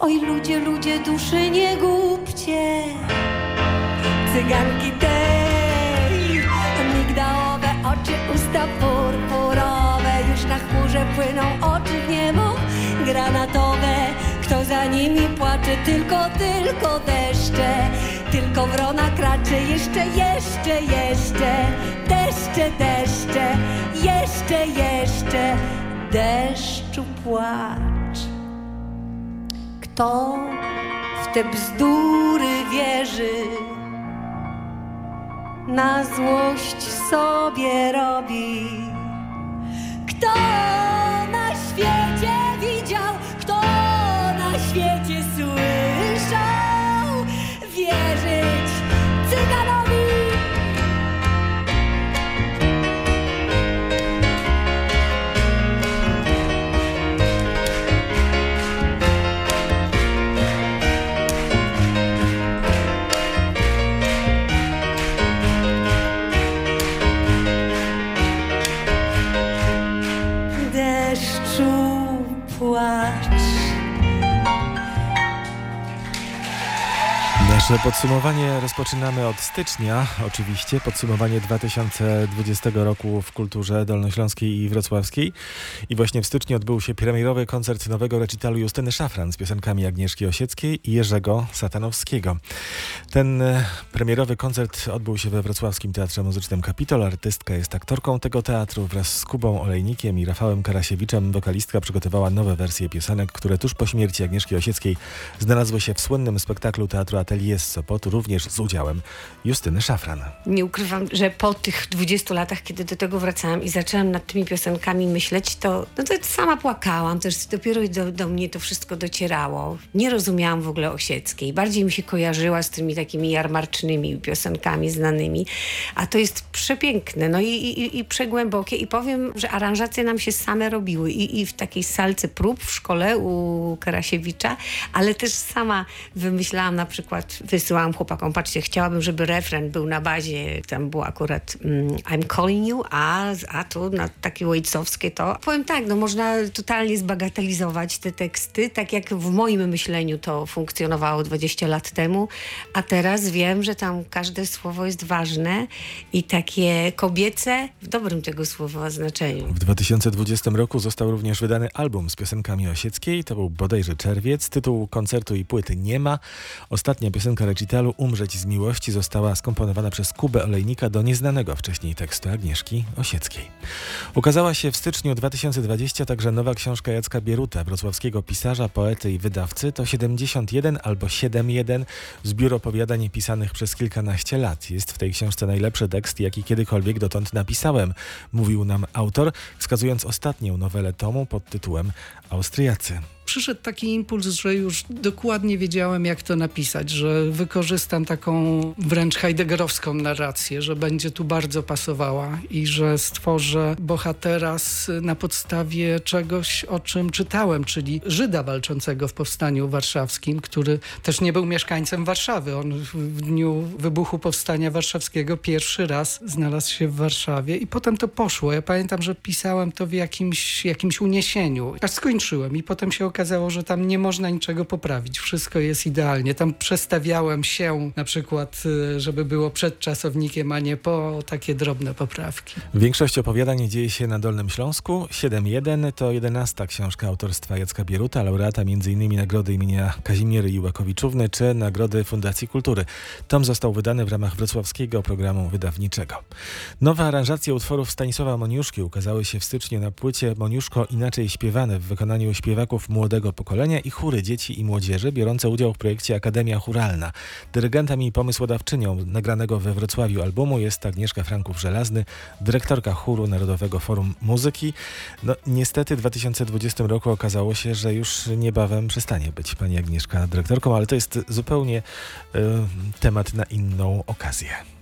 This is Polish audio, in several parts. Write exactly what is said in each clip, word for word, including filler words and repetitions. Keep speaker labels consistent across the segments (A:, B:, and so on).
A: Oj ludzie, ludzie, duszy nie głupcie, cyganki tej, migdałowe oczy, usta purpurowe, już na chmurze płyną oczy w niebo granatowe. Kto za nimi płacze, tylko, tylko deszcze, tylko wrona kracze, jeszcze, jeszcze, jeszcze, deszcze, deszcze, jeszcze, jeszcze, deszczu płacz. Kto w te bzdury wierzy, na złość sobie robi. Kto na świecie widział, kto na świecie słyszał, wierzyć cyganowi.
B: Nasze podsumowanie rozpoczynamy od stycznia, oczywiście. Podsumowanie dwa tysiące dwudziestego roku w kulturze dolnośląskiej i wrocławskiej. I właśnie w styczniu odbył się premierowy koncert nowego recitalu Justyny Szafran z piosenkami Agnieszki Osieckiej i Jerzego Satanowskiego. Ten premierowy koncert odbył się we Wrocławskim Teatrze Muzycznym Kapitol. Artystka jest aktorką tego teatru. Wraz z Kubą Olejnikiem i Rafałem Karasiewiczem wokalistka przygotowała nowe wersje piosenek, które tuż po śmierci Agnieszki Osieckiej znalazły się w słynnym spektaklu Teatru Atelier z Sopotu, również z udziałem Justyny Szafran.
C: Nie ukrywam, że po tych dwudziestu latach, kiedy do tego wracałam i zaczęłam nad tymi piosenkami myśleć, to, no to sama płakałam. Też dopiero do, do mnie to wszystko docierało. Nie rozumiałam w ogóle Osieckiej. Bardziej mi się kojarzyła z tymi takimi jarmarcznymi piosenkami znanymi. A to jest przepiękne, no i, i, i przegłębokie. I powiem, że aranżacje nam się same robiły. I, i w takiej salce prób w szkole u Karasiewicza, ale też sama wymyślałam na przykład, wysyłałam chłopakom, patrzcie, chciałabym, żeby refren był na bazie, tam było akurat um, I'm calling you, a, a tu na takie ojcowskie to. Powiem tak, no można totalnie zbagatelizować te teksty, tak jak w moim myśleniu to funkcjonowało dwadzieścia lat temu, a teraz wiem, że tam każde słowo jest ważne i takie kobiece w dobrym tego słowa znaczeniu.
B: W dwa tysiące dwudziestym roku został również wydany album z piosenkami Osieckiej, to był bodajże czerwiec, tytuł koncertu i płyty nie ma. Ostatnia piosenka recitalu Umrzeć z miłości została skomponowana przez Kubę Olejnika do nieznanego wcześniej tekstu Agnieszki Osieckiej. Ukazała się w styczniu dwa tysiące dwudziestego także nowa książka Jacka Bieruta, wrocławskiego pisarza, poety i wydawcy. To siedemdziesiąt jeden albo siedemdziesiąt jeden, zbiór opowiadań pisanych przez kilkanaście lat. Jest w tej książce najlepszy tekst, jaki kiedykolwiek dotąd napisałem, mówił nam autor, wskazując ostatnią nowelę tomu pod tytułem Austriacy.
D: Przyszedł taki impuls, że już dokładnie wiedziałem, jak to napisać, że wykorzystam taką wręcz heideggerowską narrację, że będzie tu bardzo pasowała i że stworzę bohatera na podstawie czegoś, o czym czytałem, czyli Żyda walczącego w Powstaniu Warszawskim, który też nie był mieszkańcem Warszawy. On w dniu wybuchu Powstania Warszawskiego pierwszy raz znalazł się w Warszawie i potem to poszło. Ja pamiętam, że pisałem to w jakimś, jakimś uniesieniu. Aż skończyłem i potem się okazało, że tam nie można niczego poprawić. Wszystko jest idealnie. Tam przestawiałem się na przykład, żeby było przed czasownikiem, a nie po, takie drobne poprawki.
B: Większość opowiadań dzieje się na Dolnym Śląsku. siedemdziesiąt jeden to jedenasta książka autorstwa Jacka Bieruta, laureata między innymi Nagrody imienia Kazimiery Iłakowiczówny czy Nagrody Fundacji Kultury. Tom został wydany w ramach wrocławskiego programu wydawniczego. Nowe aranżacje utworów Stanisława Moniuszki ukazały się w styczniu na płycie Moniuszko Inaczej Śpiewane w wykonaniu śpiewaków młodego pokolenia i chóry dzieci i młodzieży biorące udział w projekcie Akademia Chóralna. Dyrygentem i pomysłodawczynią nagranego we Wrocławiu albumu jest Agnieszka Franków-Żelazny, dyrektorka chóru Narodowego Forum Muzyki. No niestety w dwa tysiące dwudziestym roku okazało się, że już niebawem przestanie być pani Agnieszka dyrektorką, ale to jest zupełnie y, temat na inną okazję.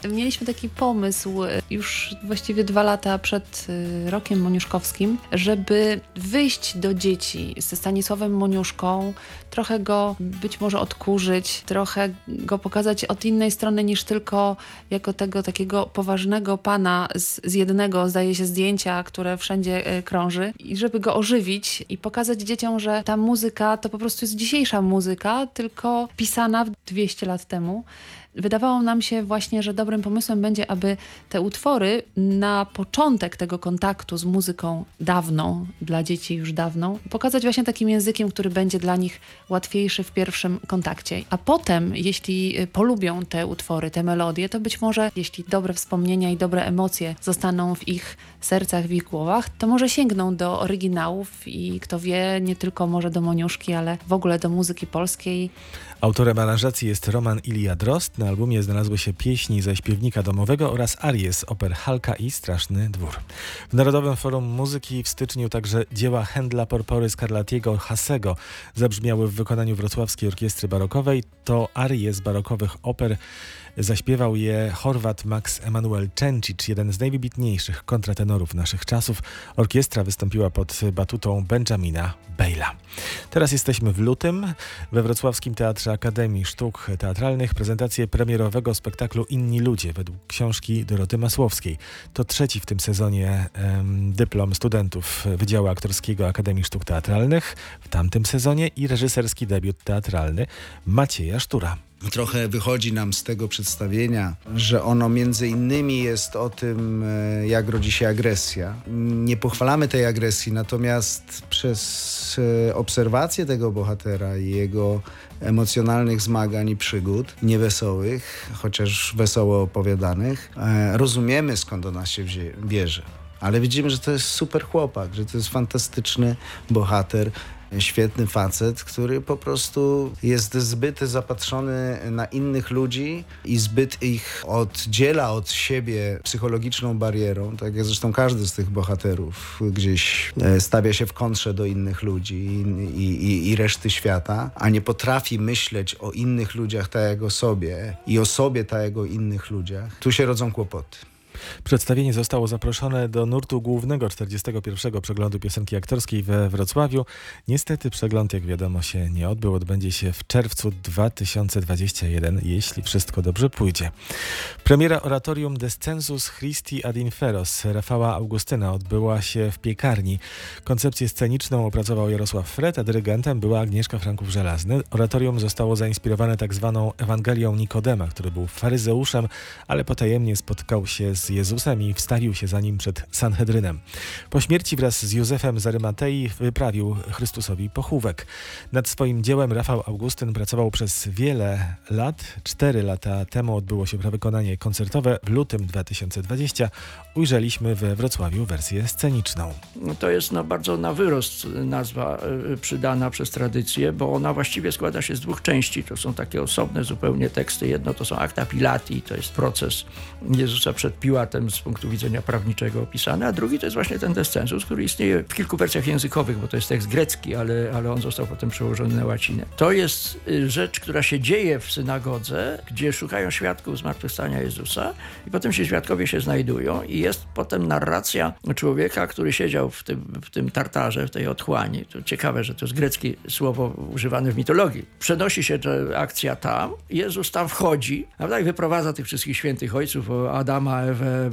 E: Mieliśmy taki pomysł już właściwie dwa lata przed rokiem moniuszkowskim, żeby wyjść do dzieci ze Stanisławem Moniuszką, trochę go być może odkurzyć, trochę go pokazać od innej strony niż tylko jako tego takiego poważnego pana z, z jednego, zdaje się, zdjęcia, które wszędzie y, krąży, i żeby go ożywić i pokazać dzieciom, że ta muzyka to po prostu jest dzisiejsza muzyka, tylko pisana dwieście lat temu. Wydawało nam się właśnie, że dobrym pomysłem będzie, aby te utwory na początek tego kontaktu z muzyką dawną, dla dzieci już dawną, pokazać właśnie takim językiem, który będzie dla nich łatwiejszy w pierwszym kontakcie. A potem, jeśli polubią te utwory, te melodie, to być może, jeśli dobre wspomnienia i dobre emocje zostaną w ich sercach, w ich głowach, to może sięgną do oryginałów i kto wie, nie tylko może do Moniuszki, ale w ogóle do muzyki polskiej.
B: Autorem aranżacji jest Roman Ilia Drozd. Na albumie znalazły się pieśni ze śpiewnika domowego oraz arie z oper Halka i Straszny Dwór. W Narodowym Forum Muzyki w styczniu także dzieła Händla Porpory Scarlattiego Hassego zabrzmiały w wykonaniu Wrocławskiej Orkiestry Barokowej. To arie z barokowych oper. Zaśpiewał je Chorwat Max Emanuel Czencicz, jeden z najwybitniejszych kontratenorów naszych czasów. Orkiestra wystąpiła pod batutą Benjamina Bejla. Teraz jesteśmy w lutym. We Wrocławskim Teatrze Akademii Sztuk Teatralnych prezentację premierowego spektaklu Inni ludzie według książki Doroty Masłowskiej. To trzeci w tym sezonie em, dyplom studentów Wydziału Aktorskiego Akademii Sztuk Teatralnych w tamtym sezonie i reżyserski debiut teatralny Macieja Sztura.
F: Trochę wychodzi nam z tego przedstawienia, że ono między innymi jest o tym, jak rodzi się agresja. Nie pochwalamy tej agresji, natomiast przez obserwację tego bohatera i jego emocjonalnych zmagań i przygód, niewesołych, chociaż wesoło opowiadanych, rozumiemy, skąd ona się bierze. Ale widzimy, że to jest super chłopak, że to jest fantastyczny bohater, świetny facet, który po prostu jest zbyt zapatrzony na innych ludzi i zbyt ich oddziela od siebie psychologiczną barierą, tak jak zresztą każdy z tych bohaterów gdzieś stawia się w kontrze do innych ludzi i, i, i reszty świata, a nie potrafi myśleć o innych ludziach tak jak o sobie i o sobie tak jak o innych ludziach. Tu się rodzą kłopoty.
B: Przedstawienie zostało zaproszone do nurtu głównego czterdziestego pierwszego przeglądu piosenki aktorskiej we Wrocławiu. Niestety przegląd, jak wiadomo, się nie odbył. Odbędzie się w czerwcu dwa tysiące dwudziestym pierwszym, jeśli wszystko dobrze pójdzie. Premiera oratorium Descensus Christi ad Inferos Rafała Augustyna odbyła się w Piekarni. Koncepcję sceniczną opracował Jarosław Fred, a dyrygentem była Agnieszka Franków-Żelazny. Oratorium zostało zainspirowane tak zwaną Ewangelią Nikodema, który był faryzeuszem, ale potajemnie spotkał się z Jezusem i wstawił się za nim przed Sanhedrynem. Po śmierci wraz z Józefem z Arymatei wyprawił Chrystusowi pochówek. Nad swoim dziełem Rafał Augustyn pracował przez wiele lat. Cztery lata temu odbyło się wykonanie koncertowe. W lutym dwa tysiące dwudziestym ujrzeliśmy we Wrocławiu wersję sceniczną.
G: To jest no, bardzo na wyrost nazwa y, przydana przez tradycję, bo ona właściwie składa się z dwóch części. To są takie osobne zupełnie teksty. Jedno to są acta Pilati, to jest proces Jezusa przed Piłatem z punktu widzenia prawniczego opisany, a drugi to jest właśnie ten Descensus, który istnieje w kilku wersjach językowych, bo to jest tekst grecki, ale, ale on został potem przełożony na łacinę. To jest rzecz, która się dzieje w synagodze, gdzie szukają świadków zmartwychwstania Jezusa i potem się świadkowie się znajdują i jest potem narracja człowieka, który siedział w tym, w tym tartarze, w tej otchłani. To ciekawe, że to jest greckie słowo używane w mitologii. Przenosi się akcja tam, Jezus tam wchodzi, prawda, i wyprowadza tych wszystkich świętych ojców, Adama, Ewę,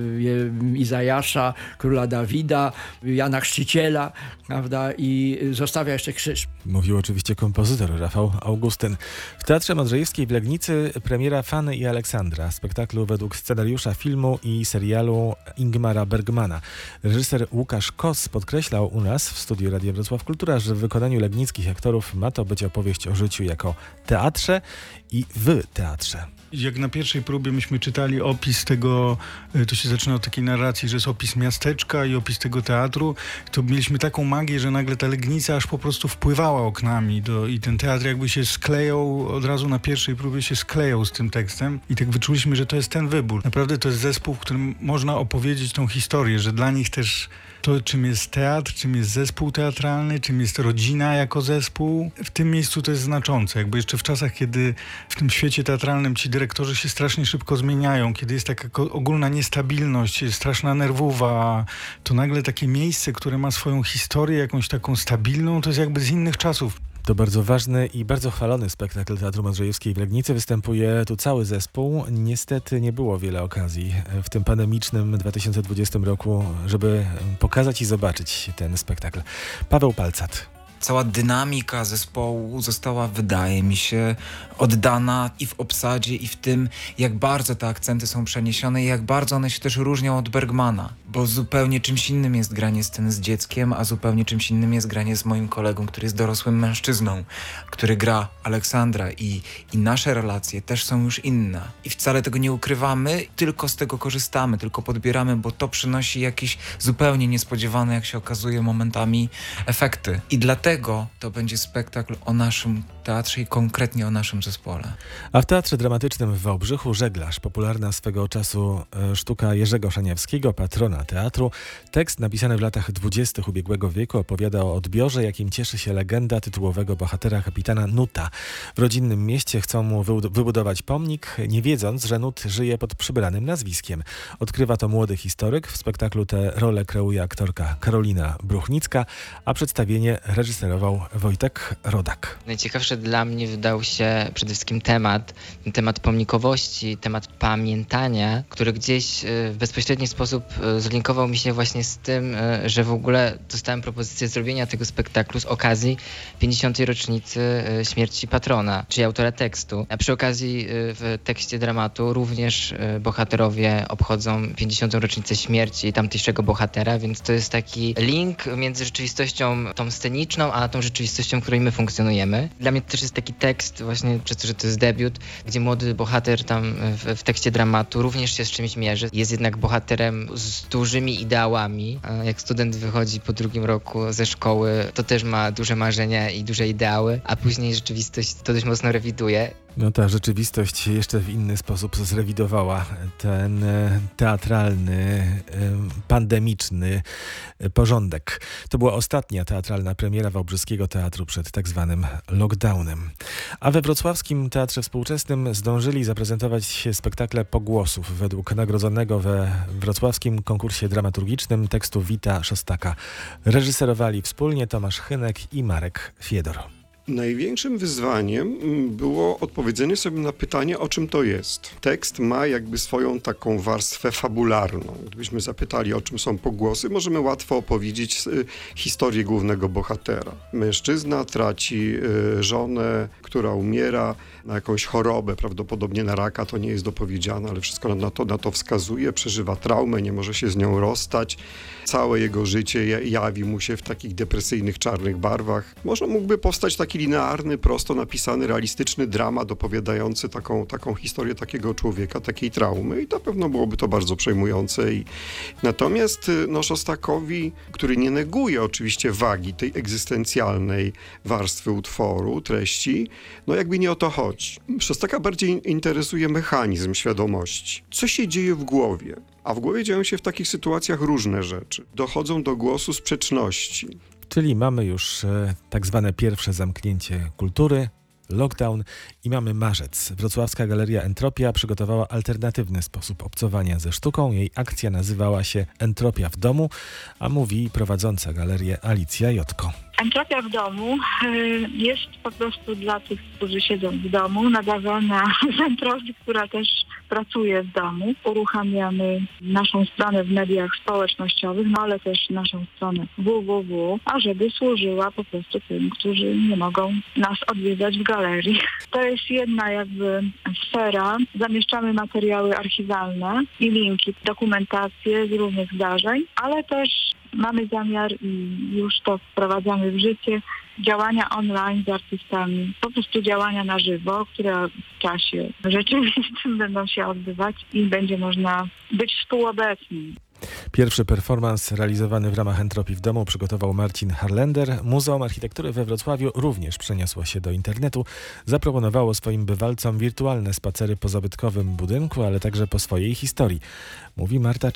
G: Izajasza, króla Dawida, Jana Chrzciciela, prawda, i zostawia jeszcze krzyż.
B: Mówił oczywiście kompozytor Rafał Augustyn. W Teatrze Modrzejewskiej w Legnicy premiera Fanny i Aleksandra, spektaklu według scenariusza filmu i serialu Ingmara Bergmana. Reżyser Łukasz Kos podkreślał u nas w studiu Radia Wrocław Kultura, że w wykonaniu legnickich aktorów ma to być opowieść o życiu jako teatrze i w teatrze.
H: Jak na pierwszej próbie myśmy czytali opis tego, to się zaczyna od takiej narracji, że jest opis miasteczka i opis tego teatru, to mieliśmy taką magię, że nagle ta Legnica aż po prostu wpływała oknami do, i ten teatr jakby się sklejał, od razu na pierwszej próbie się sklejał z tym tekstem i tak wyczuliśmy, że to jest ten wybór. Naprawdę to jest zespół, w którym można opowiedzieć tą historię, że dla nich też to, czym jest teatr, czym jest zespół teatralny, czym jest rodzina jako zespół. W tym miejscu to jest znaczące. Jakby jeszcze w czasach, kiedy w tym świecie teatralnym ci dyrektorzy się strasznie szybko zmieniają, kiedy jest taka ogólna niestabilność, jest straszna nerwowa, to nagle takie miejsce, które ma swoją historię, jakąś taką stabilną, to jest jakby z innych czasów.
B: To bardzo ważny i bardzo chwalony spektakl Teatru Modrzejewskiej w Legnicy. Występuje tu cały zespół. Niestety nie było wiele okazji w tym pandemicznym dwa tysiące dwudziestym roku, żeby pokazać i zobaczyć ten spektakl. Paweł Palcat.
I: Cała dynamika zespołu została, wydaje mi się, oddana i w obsadzie, i w tym, jak bardzo te akcenty są przeniesione i jak bardzo one się też różnią od Bergmana. Bo zupełnie czymś innym jest granie sceny z dzieckiem, a zupełnie czymś innym jest granie z moim kolegą, który jest dorosłym mężczyzną, który gra Aleksandra i, i nasze relacje też są już inne. I wcale tego nie ukrywamy, tylko z tego korzystamy, tylko podbieramy, bo to przynosi jakieś zupełnie niespodziewane, jak się okazuje, momentami efekty. I dlatego to będzie spektakl o naszym teatrze i konkretnie o naszym zespole.
B: A w Teatrze Dramatycznym w Wałbrzychu Żeglarz, popularna swego czasu e, sztuka Jerzego Szaniawskiego, patrona teatru. Tekst napisany w latach dwudziestych ubiegłego wieku opowiada o odbiorze, jakim cieszy się legenda tytułowego bohatera kapitana Nuta. W rodzinnym mieście chcą mu wybudować pomnik, nie wiedząc, że Nut żyje pod przybranym nazwiskiem. Odkrywa to młody historyk. W spektaklu tę rolę kreuje aktorka Karolina Bruchnicka, a przedstawienie reżyserował Wojtek Rodak.
J: Najciekawszy dla mnie wydał się przede wszystkim temat, temat pomnikowości, temat pamiętania, który gdzieś w bezpośredni sposób zlinkował mi się właśnie z tym, że w ogóle dostałem propozycję zrobienia tego spektaklu z okazji pięćdziesiątej rocznicy śmierci patrona, czyli autora tekstu. A przy okazji w tekście dramatu również bohaterowie obchodzą pięćdziesiątą rocznicę śmierci tamtejszego bohatera, więc to jest taki link między rzeczywistością tą sceniczną, a tą rzeczywistością, w której my funkcjonujemy. Dla mnie też jest taki tekst, właśnie przez to, że to jest debiut, gdzie młody bohater tam w, w tekście dramatu również się z czymś mierzy. Jest jednak bohaterem z dużymi ideałami. Jak student wychodzi po drugim roku ze szkoły, to też ma duże marzenia i duże ideały, a później rzeczywistość to dość mocno rewiduje.
B: No ta rzeczywistość jeszcze w inny sposób zrewidowała ten teatralny, pandemiczny porządek. To była ostatnia teatralna premiera Wałbrzyskiego Teatru przed tak zwanym lockdownem. A we Wrocławskim Teatrze Współczesnym zdążyli zaprezentować się spektakle Pogłosów według nagrodzonego we wrocławskim konkursie dramaturgicznym tekstu Wita Szostaka. Reżyserowali wspólnie Tomasz Chynek i Marek Fiedor.
K: Największym wyzwaniem było odpowiedzenie sobie na pytanie, o czym to jest. Tekst ma jakby swoją taką warstwę fabularną. Gdybyśmy zapytali, o czym są pogłosy, możemy łatwo opowiedzieć historię głównego bohatera. Mężczyzna traci żonę, która umiera na jakąś chorobę, prawdopodobnie na raka, to nie jest dopowiedziane, ale wszystko na to, na to wskazuje. Przeżywa traumę, nie może się z nią rozstać. Całe jego życie jawi mu się w takich depresyjnych, czarnych barwach. Może mógłby powstać taki linearny, prosto napisany, realistyczny dramat opowiadający taką, taką historię takiego człowieka, takiej traumy i na pewno byłoby to bardzo przejmujące. I... Natomiast no, Szostakowi, który nie neguje oczywiście wagi tej egzystencjalnej warstwy utworu, treści, no jakby nie o to chodzi. Szostaka bardziej interesuje mechanizm świadomości. Co się dzieje w głowie? A w głowie dzieją się w takich sytuacjach różne rzeczy. Dochodzą do głosu sprzeczności.
B: Czyli mamy już e, tak zwane pierwsze zamknięcie kultury, lockdown i mamy marzec. Wrocławska Galeria Entropia przygotowała alternatywny sposób obcowania ze sztuką. Jej akcja nazywała się Entropia w domu, a mówi prowadząca galerię Alicja Jotko.
L: Entropia w domu jest po prostu dla tych, którzy siedzą w domu, nadawana z entropii, która też pracuje w domu. Uruchamiamy naszą stronę w mediach społecznościowych, no ale też naszą stronę www, ażeby służyła po prostu tym, którzy nie mogą nas odwiedzać w galerii. To jest jedna jakby sfera. Zamieszczamy materiały archiwalne i linki, dokumentacje z różnych zdarzeń, ale też mamy zamiar i już to wprowadzamy w życie, działania online z artystami, po prostu działania na żywo, które w czasie rzeczywistym będą się odbywać i będzie można być współobecnym.
B: Pierwszy performans realizowany w ramach Entropii w domu przygotował Marcin Harlender. Muzeum Architektury we Wrocławiu również przeniosło się do internetu. Zaproponowało swoim bywalcom wirtualne spacery po zabytkowym budynku, ale także po swojej historii, mówi Marta Czysz.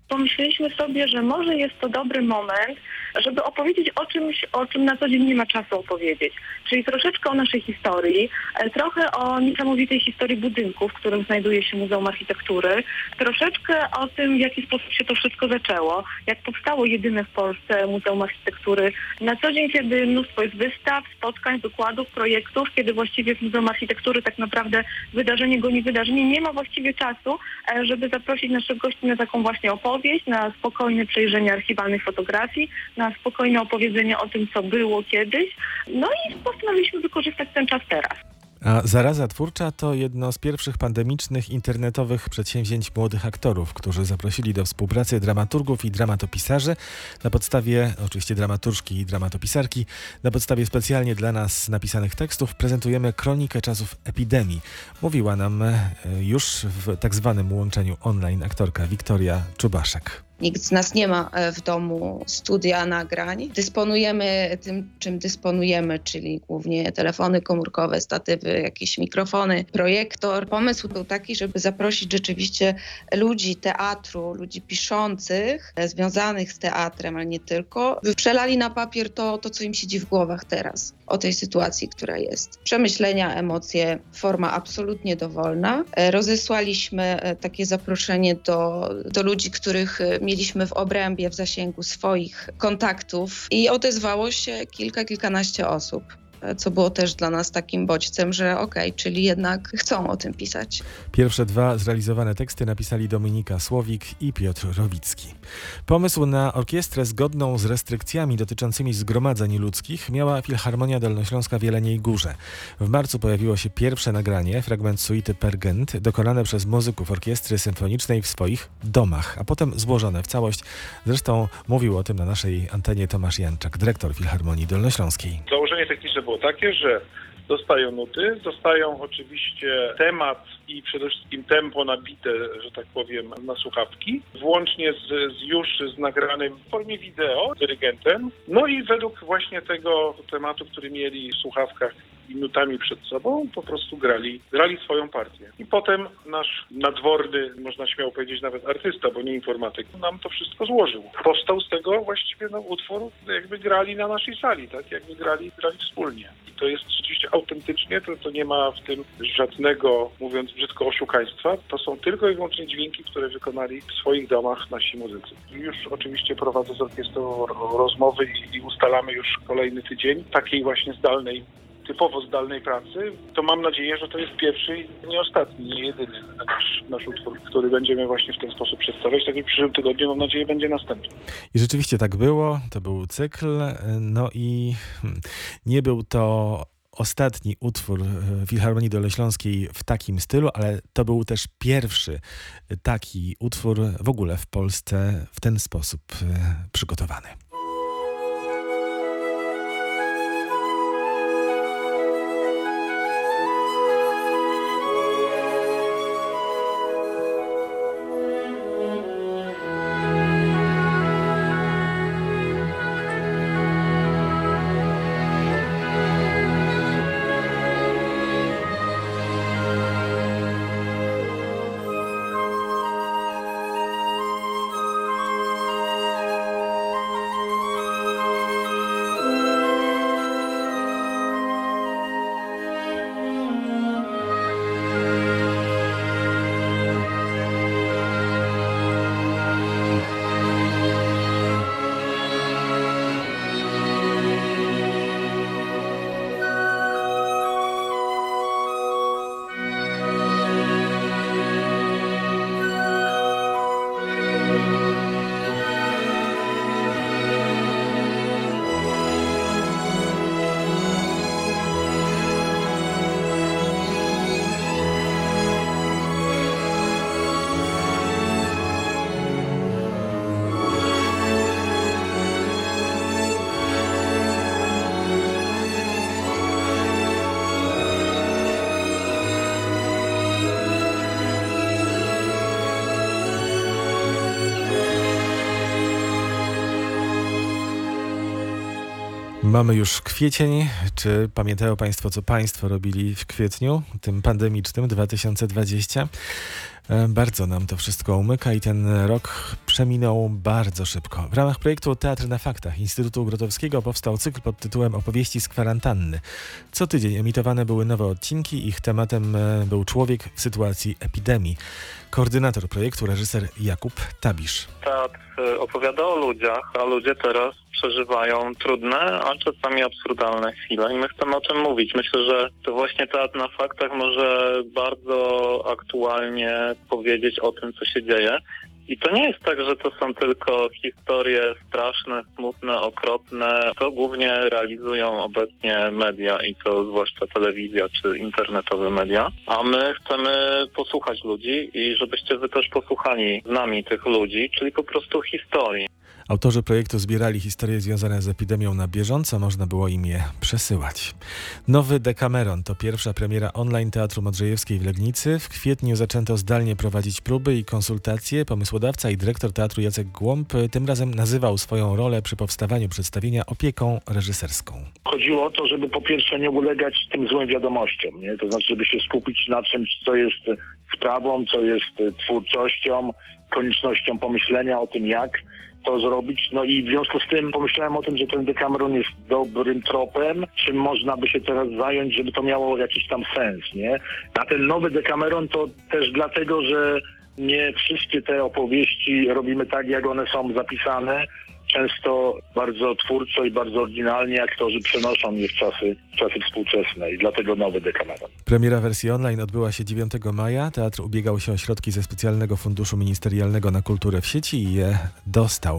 L: pomyśleliśmy sobie, że może jest to dobry moment, żeby opowiedzieć o czymś, o czym na co dzień nie ma czasu opowiedzieć. Czyli troszeczkę o naszej historii, trochę o niesamowitej historii budynku, w którym znajduje się Muzeum Architektury, troszeczkę o tym, w jaki sposób się to wszystko zaczęło, jak powstało jedyne w Polsce Muzeum Architektury. Na co dzień, kiedy mnóstwo jest wystaw, spotkań, wykładów, projektów, kiedy właściwie w Muzeum Architektury tak naprawdę wydarzenie goni wydarzenie, nie ma właściwie czasu, żeby zaprosić naszych gości na taką właśnie opowieść, na spokojne przejrzenie archiwalnych fotografii, na spokojne opowiedzenie o tym, co było kiedyś. No i postanowiliśmy wykorzystać ten czas teraz.
B: A Zaraza Twórcza to jedno z pierwszych pandemicznych internetowych przedsięwzięć młodych aktorów, którzy zaprosili do współpracy dramaturgów i dramatopisarzy na podstawie, oczywiście dramaturżki i dramatopisarki, na podstawie specjalnie dla nas napisanych tekstów prezentujemy kronikę czasów epidemii. Mówiła nam już w tak zwanym łączeniu online aktorka Wiktoria Czubaszek.
M: Nikt z nas nie ma w domu studia nagrań. Dysponujemy tym, czym dysponujemy, czyli głównie telefony komórkowe, statywy, jakieś mikrofony, projektor. Pomysł był taki, żeby zaprosić rzeczywiście ludzi teatru, ludzi piszących, związanych z teatrem, ale nie tylko, by przelali na papier to, to, co im siedzi w głowach teraz o tej sytuacji, która jest. Przemyślenia, emocje, forma absolutnie dowolna. Rozesłaliśmy takie zaproszenie do, do ludzi, których mieliśmy w obrębie, w zasięgu swoich kontaktów i odezwało się kilka, kilkanaście osób, co było też dla nas takim bodźcem, że okej, okay, czyli jednak chcą o tym pisać.
B: Pierwsze dwa zrealizowane teksty napisali Dominika Słowik i Piotr Rowicki. Pomysł na orkiestrę zgodną z restrykcjami dotyczącymi zgromadzeń ludzkich miała Filharmonia Dolnośląska w Jeleniej Górze. W marcu pojawiło się pierwsze nagranie, fragment suity Pergent, dokonane przez muzyków orkiestry symfonicznej w swoich domach, a potem złożone w całość. Zresztą mówił o tym na naszej antenie Tomasz Janczak, dyrektor Filharmonii Dolnośląskiej.
N: Założenie techniczne było takie, że dostają nuty, dostają oczywiście temat i przede wszystkim tempo nabite, że tak powiem, na słuchawki, włącznie z, z już z nagranym w formie wideo dyrygentem. No i według właśnie tego tematu, który mieli w słuchawkach i nutami przed sobą, po prostu grali, grali swoją partię. I potem nasz nadworny, można śmiało powiedzieć nawet artysta, bo nie informatyk, nam to wszystko złożył. Powstał z tego właściwie no, utwór, jakby grali na naszej sali, tak? Jakby grali, grali wspólnie. I to jest rzeczywiście autentycznie, to, to nie ma w tym żadnego, mówiąc brzydko, oszukaństwa. To są tylko i wyłącznie dźwięki, które wykonali w swoich domach nasi muzycy. Już oczywiście prowadzę z orkiestrą rozmowy i, i ustalamy już kolejny tydzień takiej właśnie zdalnej, typowo zdalnej pracy, to mam nadzieję, że to jest pierwszy i nie ostatni, nie jedyny nasz, nasz utwór, który będziemy właśnie w ten sposób przedstawiać. Tak jak w przyszłym tygodniu, mam nadzieję, będzie następny.
B: I rzeczywiście tak było, to był cykl, no i hmm, nie był to ostatni utwór Filharmonii Dolnośląskiej w takim stylu, ale to był też pierwszy taki utwór w ogóle w Polsce w ten sposób przygotowany. Mamy już kwiecień. Czy pamiętają Państwo, co Państwo robili w kwietniu, tym pandemicznym dwa tysiące dwudziestym? Bardzo nam to wszystko umyka i ten rok przeminął bardzo szybko. W ramach projektu Teatr na Faktach Instytutu Grotowskiego powstał cykl pod tytułem Opowieści z kwarantanny. Co tydzień emitowane były nowe odcinki. Ich tematem był człowiek w sytuacji epidemii. Koordynator projektu, reżyser Jakub Tabisz.
O: Teatr opowiada o ludziach, a ludzie teraz przeżywają trudne, a czasami absurdalne chwile i my chcemy o tym mówić. Myślę, że to właśnie Teatr na Faktach może bardzo aktualnie powiedzieć o tym, co się dzieje. I to nie jest tak, że to są tylko historie straszne, smutne, okropne. To głównie realizują obecnie media i to zwłaszcza telewizja czy internetowe media. A my chcemy posłuchać ludzi i żebyście wy też posłuchali z nami tych ludzi, czyli po prostu historii.
B: Autorzy projektu zbierali historie związane z epidemią na bieżąco, można było im je przesyłać. Nowy Decameron to pierwsza premiera online Teatru Modrzejewskiej w Legnicy. W kwietniu zaczęto zdalnie prowadzić próby i konsultacje. Pomysłodawca i dyrektor teatru Jacek Głąb tym razem nazywał swoją rolę przy powstawaniu przedstawienia opieką reżyserską.
P: Chodziło o to, żeby po pierwsze nie ulegać tym złym wiadomościom, nie? To znaczy, żeby się skupić na czymś, co jest sprawą, co jest twórczością, koniecznością pomyślenia o tym, jak to zrobić. No i w związku z tym pomyślałem o tym, że ten Decameron jest dobrym tropem, czym można by się teraz zająć, żeby to miało jakiś tam sens, nie? A ten nowy Decameron to też dlatego, że nie wszystkie te opowieści robimy tak, jak one są zapisane. Często bardzo twórczo i bardzo oryginalnie aktorzy przenoszą je w czasy, w czasy współczesne i dlatego nowy Decameron.
B: Premiera wersji online odbyła się dziewiątego maja. Teatr ubiegał się o środki ze specjalnego funduszu ministerialnego na kulturę w sieci i je dostał.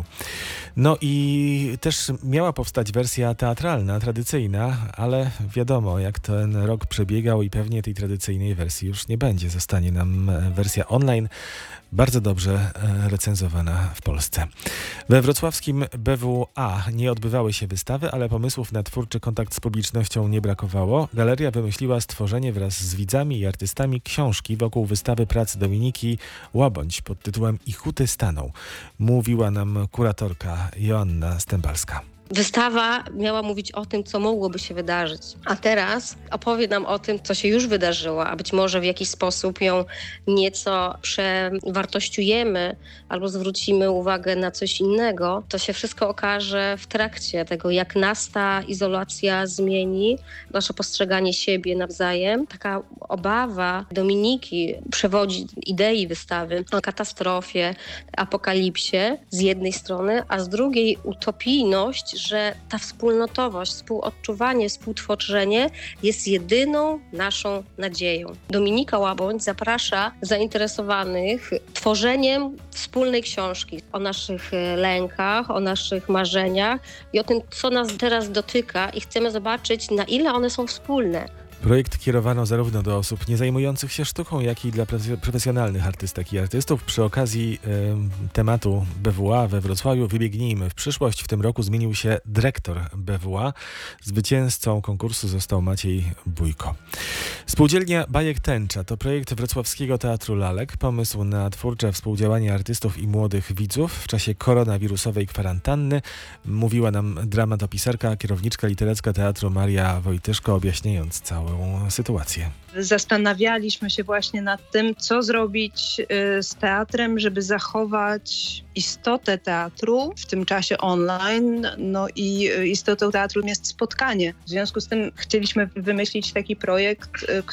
B: No i też miała powstać wersja teatralna, tradycyjna, ale wiadomo, jak ten rok przebiegał i pewnie tej tradycyjnej wersji już nie będzie. Zostanie nam wersja online, bardzo dobrze recenzowana w Polsce. We wrocławskim B W A nie odbywały się wystawy, ale pomysłów na twórczy kontakt z publicznością nie brakowało. Galeria wymyśliła stworzenie wraz z widzami i artystami książki wokół wystawy pracy Dominiki Łabądź pod tytułem I huty staną. Mówiła nam kuratorka Joanna Stębalska.
Q: Wystawa miała mówić o tym, co mogłoby się wydarzyć, a teraz opowie nam o tym, co się już wydarzyło, a być może w jakiś sposób ją nieco przewartościujemy albo zwrócimy uwagę na coś innego. To się wszystko okaże w trakcie tego, jak nas ta izolacja zmieni, nasze postrzeganie siebie nawzajem. Taka obawa Dominiki przewodzi idei wystawy o katastrofie, apokalipsie z jednej strony, a z drugiej utopijność, że ta wspólnotowość, współodczuwanie, współtworzenie jest jedyną naszą nadzieją. Dominika Łabądź zaprasza zainteresowanych tworzeniem wspólnej książki o naszych lękach, o naszych marzeniach i o tym, co nas teraz dotyka i chcemy zobaczyć, na ile one są wspólne.
B: Projekt kierowano zarówno do osób nie zajmujących się sztuką, jak i dla profesjonalnych artystek i artystów. Przy okazji y, tematu B W A we Wrocławiu wybiegnijmy w przyszłość. W tym roku zmienił się dyrektor B W A. Zwycięzcą konkursu został Maciej Bójko. Spółdzielnia Bajek Tęcza to projekt Wrocławskiego Teatru Lalek. Pomysł na twórcze współdziałanie artystów i młodych widzów w czasie koronawirusowej kwarantanny. Mówiła nam dramatopisarka, kierowniczka literacka teatru Maria Wojtyszko, objaśniając całą sytuację.
R: Zastanawialiśmy się właśnie nad tym, co zrobić z teatrem, żeby zachować istotę teatru w tym czasie online. No i istotą teatru jest spotkanie. W związku z tym chcieliśmy wymyślić taki projekt,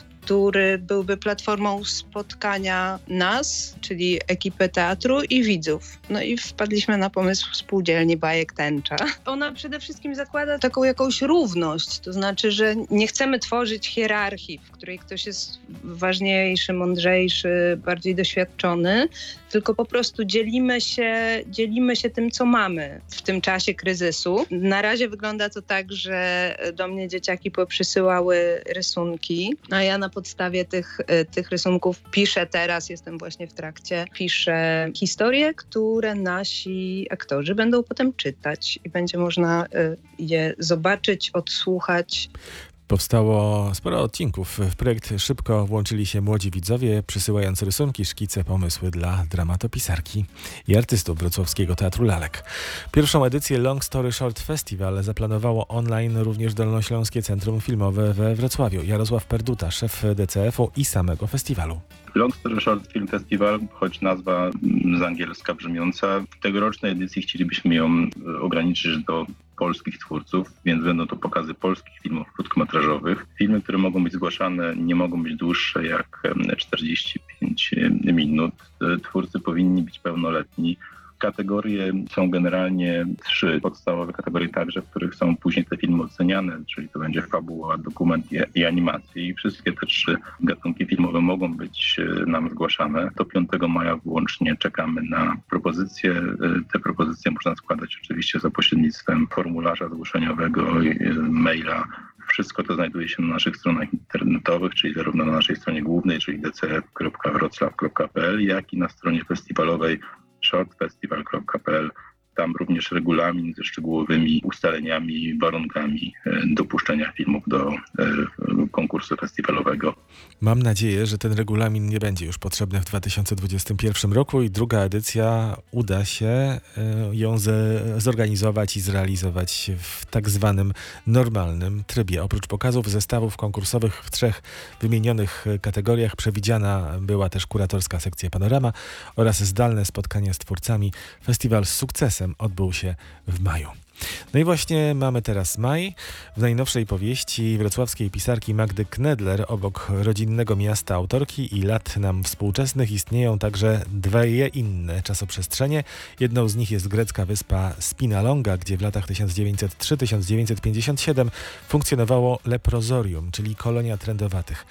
R: który byłby platformą spotkania nas, czyli ekipy teatru i widzów. No i wpadliśmy na pomysł spółdzielni Bajek Tęcza. Ona przede wszystkim zakłada taką jakąś równość, to znaczy, że nie chcemy tworzyć hierarchii, w której ktoś jest ważniejszy, mądrzejszy, bardziej doświadczony, tylko po prostu dzielimy się, dzielimy się tym, co mamy w tym czasie kryzysu. Na razie wygląda to tak, że do mnie dzieciaki poprzysyłały rysunki, a ja na podstawie tych, tych rysunków piszę teraz, jestem właśnie w trakcie, piszę historie, które nasi aktorzy będą potem czytać i będzie można je zobaczyć, odsłuchać.
B: Powstało sporo odcinków. W projekt szybko włączyli się młodzi widzowie, przysyłając rysunki, szkice, pomysły dla dramatopisarki i artystów wrocławskiego Teatru Lalek. Pierwszą edycję Long Story Short Festival zaplanowało online również Dolnośląskie Centrum Filmowe we Wrocławiu. Jarosław Perduta, szef D C F u i samego festiwalu.
S: Long Story Short Film Festival, choć nazwa z angielska brzmiąca, w tegorocznej edycji chcielibyśmy ją ograniczyć do polskich twórców, więc będą to pokazy polskich filmów krótkometrażowych. Filmy, które mogą być zgłaszane, nie mogą być dłuższe jak czterdzieści pięć minut. Twórcy powinni być pełnoletni. Kategorie są generalnie trzy podstawowe kategorie także, w których są później te filmy oceniane, czyli to będzie fabuła, dokument i animacja. I wszystkie te trzy gatunki filmowe mogą być nam zgłaszane. Do piątego maja włącznie czekamy na propozycje. Te propozycje można składać oczywiście za pośrednictwem formularza zgłoszeniowego, maila. Wszystko to znajduje się na naszych stronach internetowych, czyli zarówno na naszej stronie głównej, czyli d c f kropka wrocław kropka p l, jak i na stronie festiwalowej shortfestival kropka p l. Tam również regulamin ze szczegółowymi ustaleniami i warunkami dopuszczenia filmów do konkursu festiwalowego.
B: Mam nadzieję, że ten regulamin nie będzie już potrzebny w dwa tysiące dwudziestym pierwszym roku i druga edycja uda się ją zorganizować i zrealizować w tak zwanym normalnym trybie. Oprócz pokazów zestawów konkursowych w trzech wymienionych kategoriach przewidziana była też kuratorska sekcja Panorama oraz zdalne spotkania z twórcami. Festiwal z sukcesem odbył się w maju. No i właśnie mamy teraz maj. W najnowszej powieści wrocławskiej pisarki Magdy Knedler obok rodzinnego miasta autorki i lat nam współczesnych istnieją także dwie inne czasoprzestrzenie. Jedną z nich jest grecka wyspa Spinalonga, gdzie w latach tysiąc dziewięćset trzy do tysiąc dziewięćset pięćdziesiąt siedem funkcjonowało leprozorium, czyli kolonia trędowatych.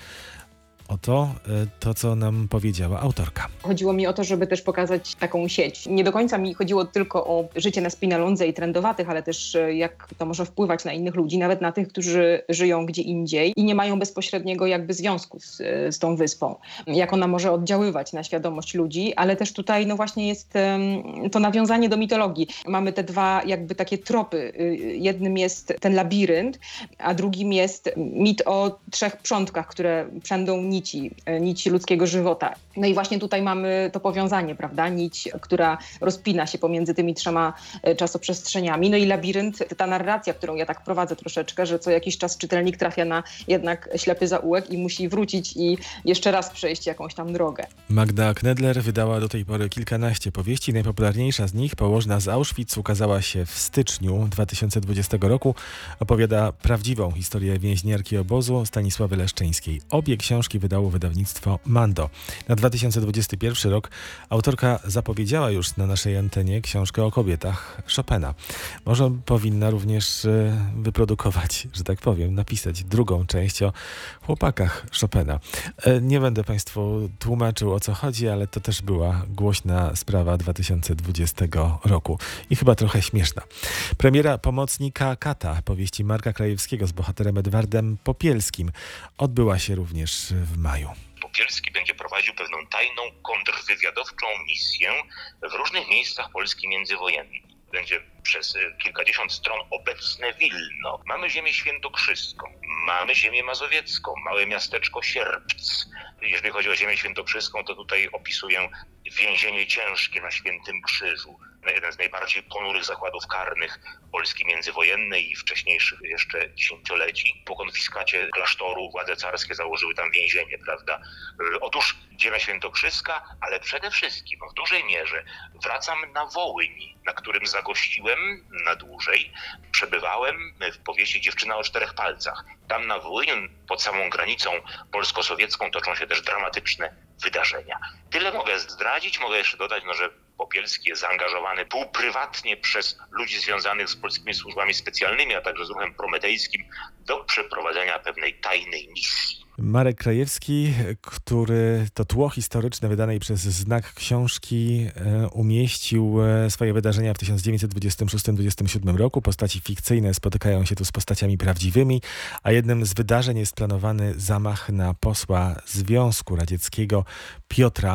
B: Oto to, co nam powiedziała autorka.
T: Chodziło mi o to, żeby też pokazać taką sieć. Nie do końca mi chodziło tylko o życie na Spinalondze i trędowatych, ale też jak to może wpływać na innych ludzi, nawet na tych, którzy żyją gdzie indziej i nie mają bezpośredniego jakby związku z, z tą wyspą. Jak ona może oddziaływać na świadomość ludzi, ale też tutaj no właśnie jest um, to nawiązanie do mitologii. Mamy te dwa jakby takie tropy. Jednym jest ten labirynt, a drugim jest mit o trzech prządkach, które przędą nici, nici ludzkiego żywota. No i właśnie tutaj mamy to powiązanie, prawda? Nić, która rozpina się pomiędzy tymi trzema czasoprzestrzeniami. No i labirynt, ta narracja, którą ja tak prowadzę troszeczkę, że co jakiś czas czytelnik trafia na jednak ślepy zaułek i musi wrócić i jeszcze raz przejść jakąś tam drogę.
B: Magda Knedler wydała do tej pory kilkanaście powieści. Najpopularniejsza z nich, Położna z Auschwitz, ukazała się w styczniu dwa tysiące dwudziestego roku. Opowiada prawdziwą historię więźniarki obozu Stanisławy Leszczyńskiej. Obie książki wydało wydawnictwo Mando. Na dwa tysiące dwudziesty pierwszy rok autorka zapowiedziała już na naszej antenie książkę o kobietach Chopina. Może powinna również wyprodukować, że tak powiem, napisać drugą część o chłopakach Chopina. Nie będę Państwu tłumaczył, o co chodzi, ale to też była głośna sprawa dwa tysiące dwudziestego roku i chyba trochę śmieszna. Premiera Pomocnika Kata, powieści Marka Krajewskiego z bohaterem Edwardem Popielskim, odbyła się również w maju.
U: Popielski będzie prowadził pewną tajną, kontrwywiadowczą misję w różnych miejscach Polski międzywojennej. Będzie przez kilkadziesiąt stron obecne Wilno. Mamy ziemię świętokrzyską, mamy ziemię mazowiecką, małe miasteczko Sierpc. Jeżeli chodzi o ziemię świętokrzyską, to tutaj opisuję więzienie ciężkie na Świętym Krzyżu. Jeden z najbardziej ponurych zakładów karnych Polski międzywojennej i wcześniejszych jeszcze dziesięcioleci. Po konfiskacie klasztoru władze carskie założyły tam więzienie, prawda? Otóż ziemia świętokrzyska, ale przede wszystkim w dużej mierze wracam na Wołyń, na którym zagościłem na dłużej. Przebywałem w powieści Dziewczyna o czterech palcach. Tam na Wołyniu, pod samą granicą polsko-sowiecką, toczą się też dramatyczne wydarzenia. Tyle mogę zdradzić, mogę jeszcze dodać, no, że Popielski jest zaangażowany półprywatnie przez ludzi związanych z polskimi służbami specjalnymi, a także z ruchem prometejskim do przeprowadzenia pewnej tajnej misji.
B: Marek Krajewski, który to tło historyczne wydanej przez Znak książki umieścił swoje wydarzenia w tysiąc dziewięćset dwudziestym szóstym do dwudziestym siódmym roku. Postaci fikcyjne spotykają się tu z postaciami prawdziwymi, a jednym z wydarzeń jest planowany zamach na posła Związku Radzieckiego Piotra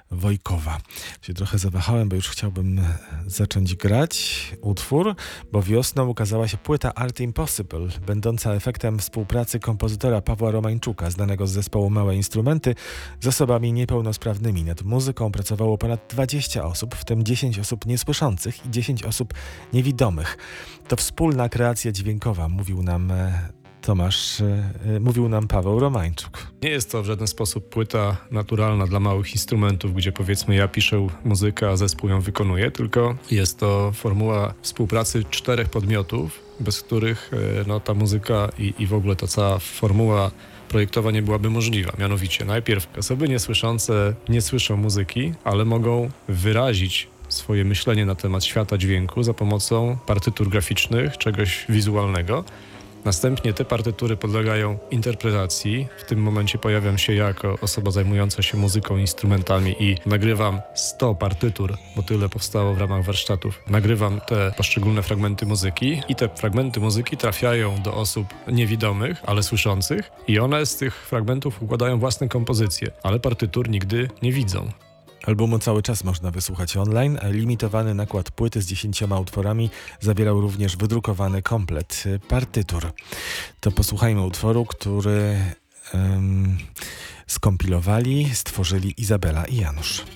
B: Wojkowa. Się trochę zawahałem, bo już chciałbym zacząć grać utwór, bo wiosną ukazała się płyta Art Impossible, będąca efektem współpracy kompozytora Pawła Romańczuka, znanego z zespołu Małe Instrumenty, z osobami niepełnosprawnymi. Nad muzyką pracowało ponad dwadzieścia osób, w tym dziesięć osób niesłyszących i dziesięć osób niewidomych. To wspólna kreacja dźwiękowa, mówił nam Tomasz, yy, mówił nam Paweł Romańczuk.
A: Nie jest to w żaden sposób płyta naturalna dla małych instrumentów, gdzie powiedzmy ja piszę muzykę, a zespół ją wykonuje, tylko jest to formuła współpracy czterech podmiotów, bez których yy, no, ta muzyka i, i w ogóle ta cała formuła projektowa nie byłaby możliwa. Mianowicie najpierw osoby niesłyszące nie słyszą muzyki, ale mogą wyrazić swoje myślenie na temat świata dźwięku za pomocą partytur graficznych, czegoś wizualnego. Następnie te partytury podlegają interpretacji. W tym momencie pojawiam się ja jako osoba zajmująca się muzyką, instrumentami i nagrywam sto partytur, bo tyle powstało w ramach warsztatów. Nagrywam te poszczególne fragmenty muzyki i te fragmenty muzyki trafiają do osób niewidomych, ale słyszących i one z tych fragmentów układają własne kompozycje, ale partytur nigdy nie widzą.
B: Albumu cały czas można wysłuchać online, a limitowany nakład płyty z dziesięcioma utworami zawierał również wydrukowany komplet partytur. To posłuchajmy utworu, który um, skompilowali, stworzyli Izabela i Janusz.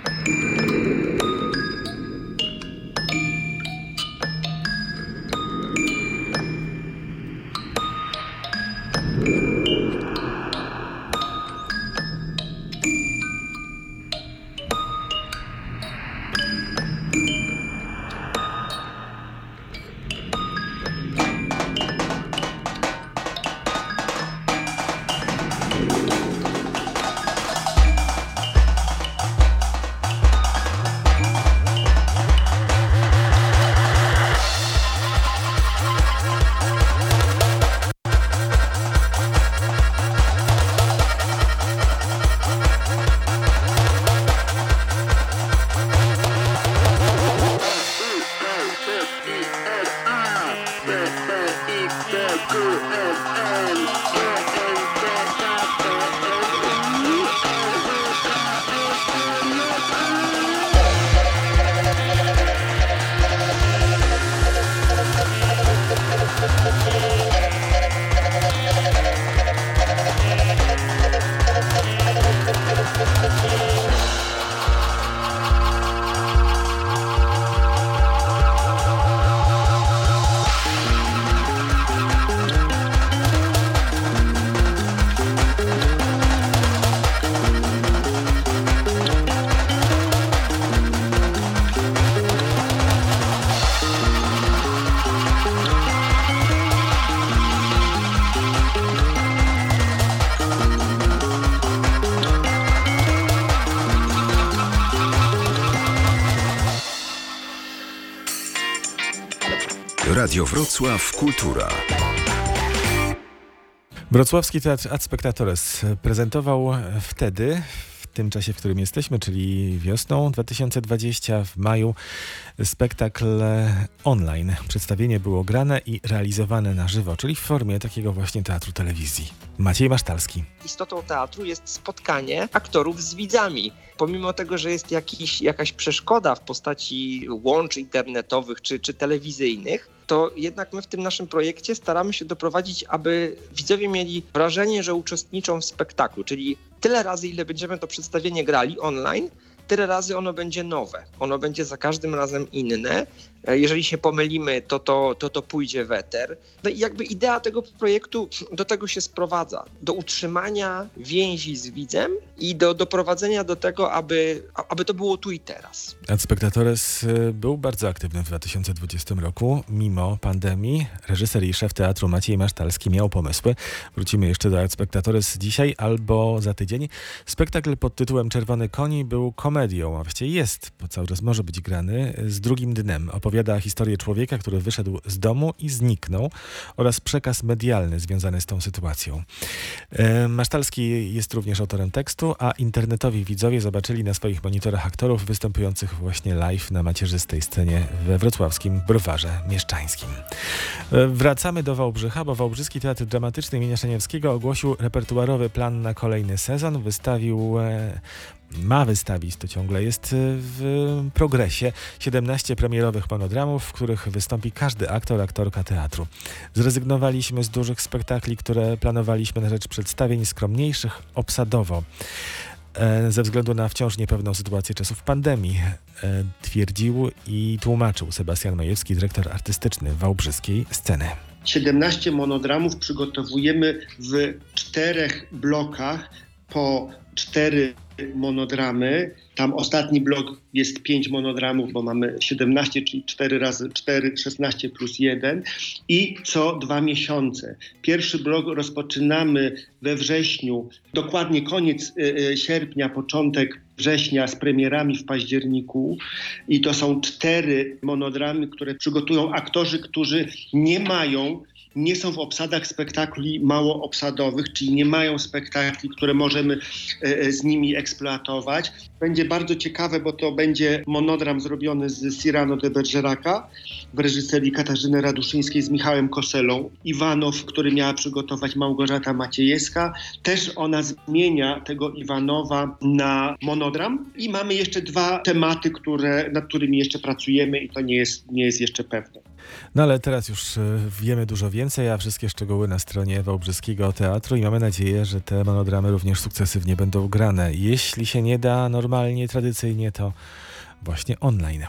V: Radio Wrocław Kultura.
B: Wrocławski Teatr Ad Spectatores prezentował wtedy, w tym czasie, w którym jesteśmy, czyli wiosną dwa tysiące dwudziestego, w maju, spektakl online. Przedstawienie było grane i realizowane na żywo, czyli w formie takiego właśnie teatru telewizji. Maciej Masztalski.
W: Istotą teatru jest spotkanie aktorów z widzami. Pomimo tego, że jest jakiś, jakaś przeszkoda w postaci łączy internetowych czy, czy telewizyjnych, to jednak my w tym naszym projekcie staramy się doprowadzić, aby widzowie mieli wrażenie, że uczestniczą w spektaklu, czyli tyle razy, ile będziemy to przedstawienie grali online, tyle razy ono będzie nowe. Ono będzie za każdym razem inne. Jeżeli się pomylimy, to to, to, to pójdzie w eter. No i jakby idea tego projektu do tego się sprowadza. Do utrzymania więzi z widzem i do doprowadzenia do tego, aby, aby to było tu i teraz.
B: Ad Spectatores był bardzo aktywny w dwa tysiące dwudziestym roku. Mimo pandemii reżyser i szef teatru Maciej Masztalski miał pomysły. Wrócimy jeszcze do Ad Spectatores dzisiaj albo za tydzień. Spektakl pod tytułem Czerwony koń był komedią, a właściwie jest, bo cały czas może być grany, z drugim dnem. Opowiada historię człowieka, który wyszedł z domu i zniknął, oraz przekaz medialny związany z tą sytuacją. E, Masztalski jest również autorem tekstu, a internetowi widzowie zobaczyli na swoich monitorach aktorów występujących właśnie live na macierzystej scenie we wrocławskim Browarze Mieszczańskim. E, wracamy do Wałbrzycha, bo Wałbrzyski Teatr Dramatyczny im. Szaniewskiego ogłosił repertuarowy plan na kolejny sezon. Wystawił e, ma wystawić, to ciągle jest w progresie. siedemnaście premierowych monodramów, w których wystąpi każdy aktor, aktorka teatru. Zrezygnowaliśmy z dużych spektakli, które planowaliśmy na rzecz przedstawień skromniejszych obsadowo. Ze względu na wciąż niepewną sytuację czasów pandemii, twierdził i tłumaczył Sebastian Majewski, dyrektor artystyczny Wałbrzyskiej Sceny.
C: siedemnaście monodramów przygotowujemy w czterech blokach po cztery monodramy. Tam ostatni blok jest pięć monodramów, bo mamy siedemnaście, czyli cztery razy cztery, szesnaście plus jeden i co dwa miesiące. Pierwszy blok rozpoczynamy we wrześniu, dokładnie koniec y, sierpnia, początek września z premierami w październiku i to są cztery monodramy, które przygotują aktorzy, którzy nie mają nie są w obsadach spektakli mało obsadowych, czyli nie mają spektakli, które możemy e, z nimi eksploatować. Będzie bardzo ciekawe, bo to będzie monodram zrobiony z Cyrano de Bergeraca w reżyserii Katarzyny Raduszyńskiej z Michałem Koselą. Iwanow, który miała przygotować Małgorzata Maciejewska. Też ona zmienia tego Iwanowa na monodram. I mamy jeszcze dwa tematy, które, nad którymi jeszcze pracujemy i to nie jest, nie jest jeszcze pewne.
B: No ale teraz już wiemy dużo więcej, a wszystkie szczegóły na stronie Wałbrzyskiego Teatru i mamy nadzieję, że te monodramy również sukcesywnie będą grane. Jeśli się nie da normalnie, tradycyjnie, to właśnie online.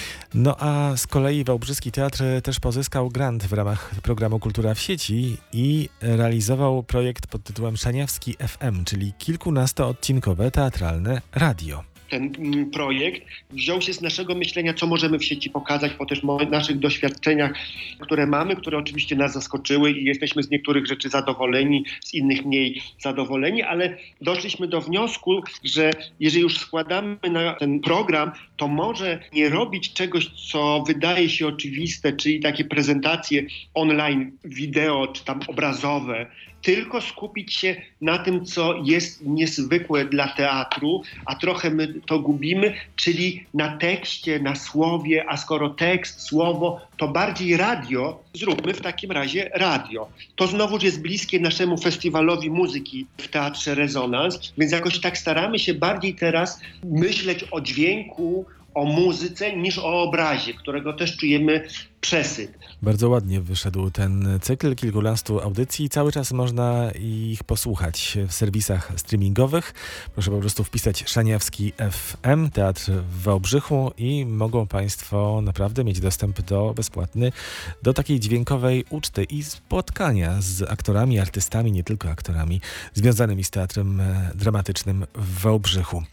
B: No a z kolei Wałbrzyski Teatr też pozyskał grant w ramach programu Kultura w sieci i realizował projekt pod tytułem Szaniawski F M, czyli kilkunastoodcinkowe teatralne radio.
C: Ten projekt wziął się z naszego myślenia, co możemy w sieci pokazać po też naszych doświadczeniach, które mamy, które oczywiście nas zaskoczyły i jesteśmy z niektórych rzeczy zadowoleni, z innych mniej zadowoleni, ale doszliśmy do wniosku, że jeżeli już składamy na ten program, to może nie robić czegoś, co wydaje się oczywiste, czyli takie prezentacje online, wideo czy tam obrazowe, tylko skupić się na tym, co jest niezwykłe dla teatru, a trochę my to gubimy, czyli na tekście, na słowie, a skoro tekst, słowo, to bardziej radio, zróbmy w takim razie radio. To znowuż jest bliskie naszemu festiwalowi muzyki w Teatrze Rezonans, więc jakoś tak staramy się bardziej teraz myśleć o dźwięku, o muzyce niż o obrazie, którego też czujemy przesyt.
B: Bardzo ładnie wyszedł ten cykl kilkunastu audycji. Cały czas można ich posłuchać w serwisach streamingowych. Proszę po prostu wpisać Szaniawski F M, Teatr w Wałbrzychu i mogą Państwo naprawdę mieć dostęp do bezpłatny, do takiej dźwiękowej uczty i spotkania z aktorami, artystami, nie tylko aktorami, związanymi z teatrem dramatycznym w Wałbrzychu.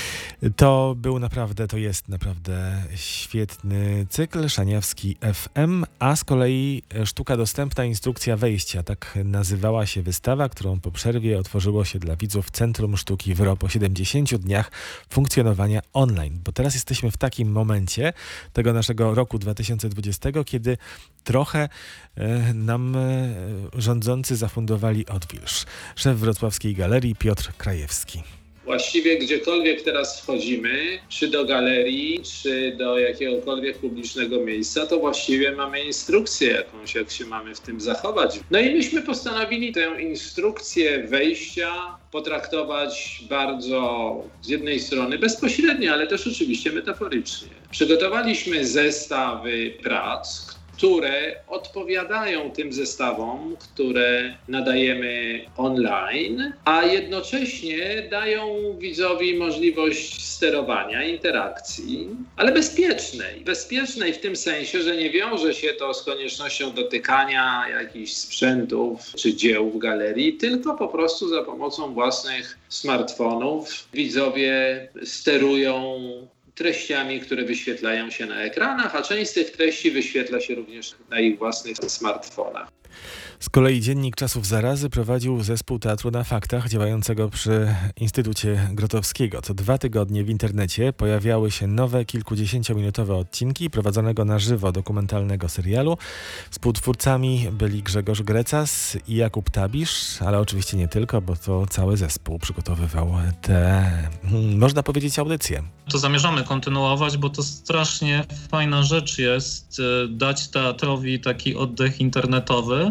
B: To był naprawdę, to jest naprawdę świetny cykl Szaniawski F M, a z kolei sztuka dostępna, instrukcja wejścia. Tak nazywała się wystawa, którą po przerwie otworzyło się dla widzów Centrum Sztuki w R O po siedemdziesięciu dniach funkcjonowania online. Bo teraz jesteśmy w takim momencie tego naszego roku dwa tysiące dwudziestego, kiedy trochę e, nam e, rządzący zafundowali odwilż. Szef Wrocławskiej Galerii Piotr Krajewski.
D: Właściwie gdziekolwiek teraz wchodzimy, czy do galerii, czy do jakiegokolwiek publicznego miejsca, to właściwie mamy instrukcję jakąś, jak się mamy w tym zachować. No i myśmy postanowili tę instrukcję wejścia potraktować bardzo z jednej strony bezpośrednio, ale też oczywiście metaforycznie. Przygotowaliśmy zestawy prac, które odpowiadają tym zestawom, które nadajemy online, a jednocześnie dają widzowi możliwość sterowania, interakcji, ale bezpiecznej. Bezpiecznej w tym sensie, że nie wiąże się to z koniecznością dotykania jakichś sprzętów czy dzieł w galerii, tylko po prostu za pomocą własnych smartfonów widzowie sterują treściami, które wyświetlają się na ekranach, a część z tych treści wyświetla się również na ich własnych smartfonach.
B: Z kolei Dziennik Czasów Zarazy prowadził zespół Teatru na Faktach działającego przy Instytucie Grotowskiego. Co dwa tygodnie w internecie pojawiały się nowe kilkudziesięciominutowe odcinki prowadzonego na żywo dokumentalnego serialu. Współtwórcami byli Grzegorz Grecas i Jakub Tabisz, ale oczywiście nie tylko, bo to cały zespół przygotowywał te, można powiedzieć, audycje.
E: To zamierzamy kontynuować, bo to strasznie fajna rzecz jest dać teatrowi taki oddech internetowy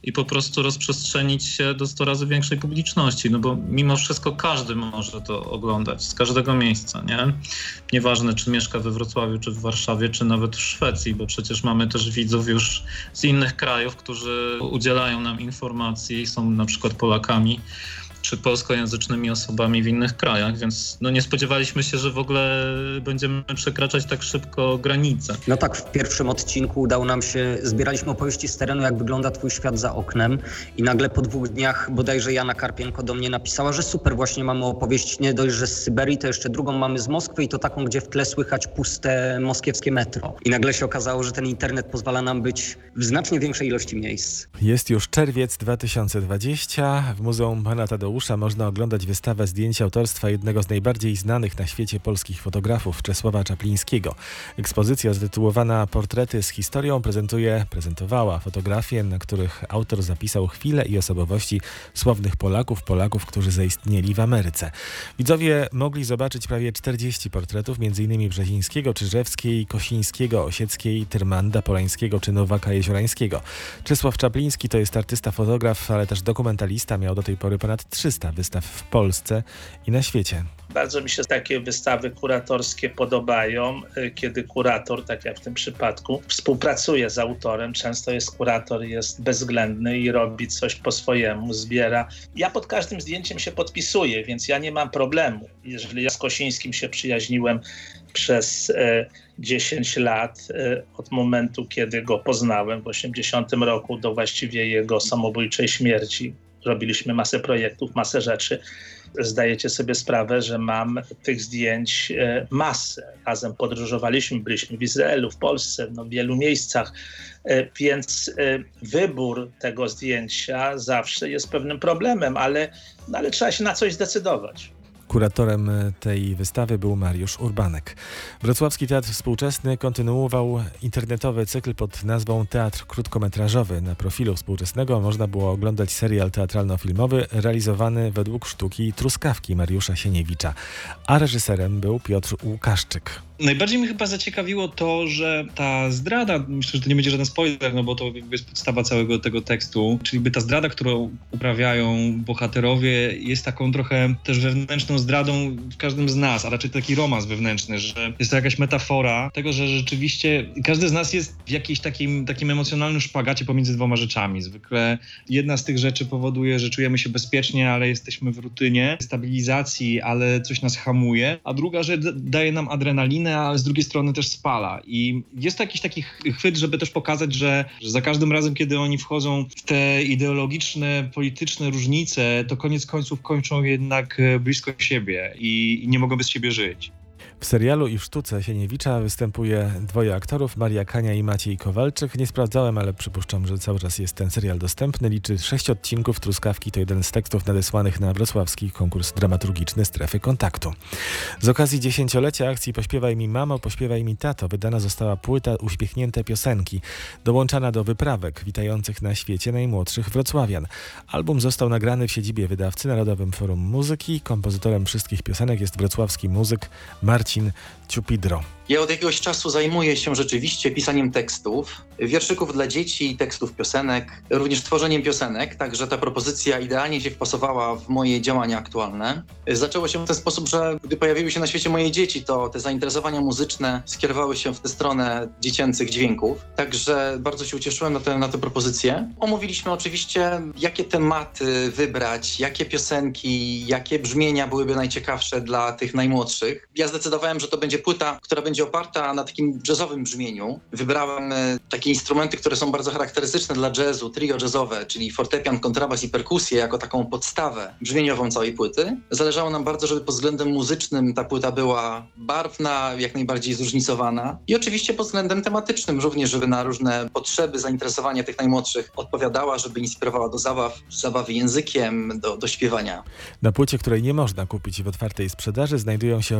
E: i po prostu rozprzestrzenić się do sto razy większej publiczności, no bo mimo wszystko każdy może to oglądać z każdego miejsca, nie? Nieważne, czy mieszka we Wrocławiu, czy w Warszawie, czy nawet w Szwecji, bo przecież mamy też widzów już z innych krajów, którzy udzielają nam informacji, są na przykład Polakami, czy polskojęzycznymi osobami w innych krajach, więc no nie spodziewaliśmy się, że w ogóle będziemy przekraczać tak szybko granice.
F: No tak, w pierwszym odcinku udało nam się, zbieraliśmy opowieści z terenu, jak wygląda twój świat za oknem i nagle po dwóch dniach bodajże Jana Karpienko do mnie napisała, że super, właśnie mamy opowieść nie dość, że z Syberii, to jeszcze drugą mamy z Moskwy i to taką, gdzie w tle słychać puste moskiewskie metro. I nagle się okazało, że ten internet pozwala nam być w znacznie większej ilości miejsc.
B: Jest już czerwiec dwa tysiące dwudziesty. W Muzeum Pana Tadeusza można oglądać wystawę zdjęć autorstwa jednego z najbardziej znanych na świecie polskich fotografów, Czesława Czaplińskiego. Ekspozycja zatytułowana Portrety z historią prezentuje, prezentowała fotografie, na których autor zapisał chwile i osobowości sławnych Polaków, Polaków, którzy zaistnieli w Ameryce. Widzowie mogli zobaczyć prawie czterdzieści portretów, m.in. Brzezińskiego, Czyżewskiej, Kosińskiego, Osieckiej, Tyrmanda, Polańskiego czy Nowaka Jeziorańskiego. Czesław Czapliński to jest artysta, fotograf, ale też dokumentalista. Miał do tej pory ponad trzysta wystaw w Polsce i na świecie.
G: Bardzo mi się takie wystawy kuratorskie podobają, kiedy kurator, tak jak w tym przypadku, współpracuje z autorem. Często jest kurator, jest bezwzględny i robi coś po swojemu, zbiera. Ja pod każdym zdjęciem się podpisuję, więc ja nie mam problemu. Jeżeli ja z Kosińskim się przyjaźniłem przez e, dziesięć lat e, od momentu, kiedy go poznałem w osiemdziesiątym roku do właściwie jego samobójczej śmierci. Robiliśmy masę projektów, masę rzeczy. Zdajecie sobie sprawę, że mam tych zdjęć e, masę. Razem podróżowaliśmy, byliśmy w Izraelu, w Polsce, no, w wielu miejscach, e, więc e, wybór tego zdjęcia zawsze jest pewnym problemem, ale, no, ale trzeba się na coś zdecydować.
B: Kuratorem tej wystawy był Mariusz Urbanek. Wrocławski Teatr Współczesny kontynuował internetowy cykl pod nazwą Teatr Krótkometrażowy. Na profilu Współczesnego można było oglądać serial teatralno-filmowy realizowany według sztuki Truskawki Mariusza Sieniewicza, a reżyserem był Piotr Łukaszczyk.
H: Najbardziej mnie chyba zaciekawiło to, że ta zdrada, myślę, że to nie będzie żaden spoiler, no bo to jest podstawa całego tego tekstu, czyli by ta zdrada, którą uprawiają bohaterowie, jest taką trochę też wewnętrzną zdradą w każdym z nas, a raczej taki romans wewnętrzny, że jest to jakaś metafora tego, że rzeczywiście każdy z nas jest w jakimś takim, takim emocjonalnym szpagacie pomiędzy dwoma rzeczami. Zwykle jedna z tych rzeczy powoduje, że czujemy się bezpiecznie, ale jesteśmy w rutynie, stabilizacji, ale coś nas hamuje, a druga rzecz daje nam adrenalinę, ale z drugiej strony też spala. I jest to jakiś taki chwyt, żeby też pokazać, że, że za każdym razem, kiedy oni wchodzą w te ideologiczne, polityczne różnice, to koniec końców kończą jednak blisko siebie i, i nie mogą bez siebie żyć.
B: W serialu i w sztuce Sieniewicza występuje dwoje aktorów, Maria Kania i Maciej Kowalczyk. Nie sprawdzałem, ale przypuszczam, że cały czas jest ten serial dostępny. Liczy sześć odcinków. Truskawki to jeden z tekstów nadesłanych na wrocławski konkurs dramaturgiczny Strefy Kontaktu. Z okazji dziesięciolecia akcji Pośpiewaj mi mamo, pośpiewaj mi tato wydana została płyta Uśmiechnięte piosenki, dołączana do wyprawek witających na świecie najmłodszych wrocławian. Album został nagrany w siedzibie wydawcy Narodowym Forum Muzyki. Kompozytorem wszystkich piosenek jest wrocławski muzyk Marcin Ciupidro.
X: Ja od jakiegoś czasu zajmuję się rzeczywiście pisaniem tekstów, wierszyków dla dzieci, tekstów piosenek, również tworzeniem piosenek, także ta propozycja idealnie się wpasowała w moje działania aktualne. Zaczęło się w ten sposób, że gdy pojawiły się na świecie moje dzieci, to te zainteresowania muzyczne skierowały się w tę stronę dziecięcych dźwięków, także bardzo się ucieszyłem na tę, na tę propozycję. Omówiliśmy oczywiście, jakie tematy wybrać, jakie piosenki, jakie brzmienia byłyby najciekawsze dla tych najmłodszych. Ja zdecydowałem, że to będzie płyta, która będzie oparta na takim jazzowym brzmieniu. Wybrałem takie instrumenty, które są bardzo charakterystyczne dla jazzu, trio jazzowe, czyli fortepian, kontrabas i perkusję jako taką podstawę brzmieniową całej płyty. Zależało nam bardzo, żeby pod względem muzycznym ta płyta była barwna, jak najbardziej zróżnicowana i oczywiście pod względem tematycznym również, żeby na różne potrzeby, zainteresowania tych najmłodszych odpowiadała, żeby inspirowała do zabaw, zabawy językiem, do, do śpiewania.
B: Na płycie, której nie można kupić w otwartej sprzedaży, znajdują się oryginalne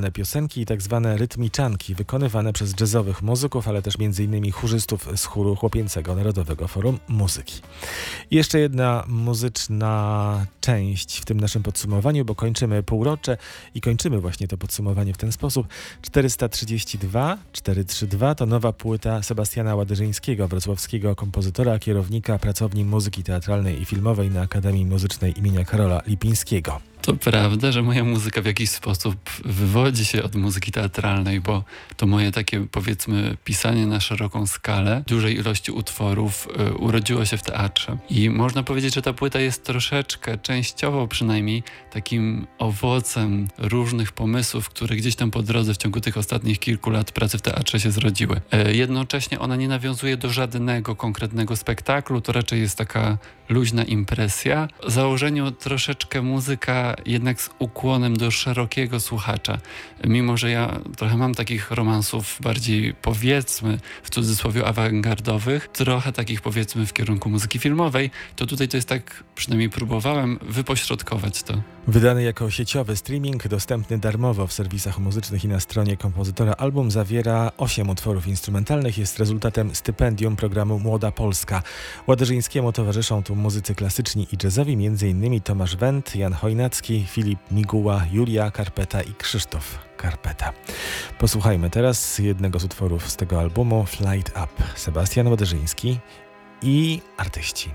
B: instrumentalne piosenki i tak zwane rytmiczanki wykonywane przez jazzowych muzyków, ale też między innymi chórzystów z chóru chłopięcego Narodowego Forum Muzyki. I jeszcze jedna muzyczna część w tym naszym podsumowaniu, bo kończymy półrocze i kończymy właśnie to podsumowanie w ten sposób. czterysta trzydzieści dwa czterysta trzydzieści dwa to nowa płyta Sebastiana Ładyżyńskiego, wrocławskiego kompozytora, kierownika pracowni muzyki teatralnej i filmowej na Akademii Muzycznej imienia Karola Lipińskiego.
I: To prawda, że moja muzyka w jakiś sposób wywodzi się od muzyki teatralnej, bo to moje takie, powiedzmy, pisanie na szeroką skalę dużej ilości utworów y, urodziło się w teatrze. I można powiedzieć, że ta płyta jest troszeczkę, częściowo przynajmniej, takim owocem różnych pomysłów, które gdzieś tam po drodze w ciągu tych ostatnich kilku lat pracy w teatrze się zrodziły. Y, jednocześnie ona nie nawiązuje do żadnego konkretnego spektaklu, to raczej jest taka luźna impresja. W założeniu troszeczkę muzyka jednak z ukłonem do szerokiego słuchacza. Mimo że ja trochę mam takich romansów bardziej, powiedzmy, w cudzysłowie awangardowych, trochę takich, powiedzmy, w kierunku muzyki filmowej, to tutaj to jest tak, przynajmniej próbowałem wypośrodkować to.
B: Wydany jako sieciowy streaming, dostępny darmowo w serwisach muzycznych i na stronie kompozytora, album zawiera osiem utworów instrumentalnych, jest rezultatem stypendium programu Młoda Polska. Ładyżyńskiemu towarzyszą tu muzycy klasyczni i jazzowi, m.in. Tomasz Wendt, Jan Chojnacki, Filip Miguła, Julia Karpeta i Krzysztof Karpeta. Posłuchajmy teraz jednego z utworów z tego albumu, Flight Up, Sebastian Ładyżyński i artyści.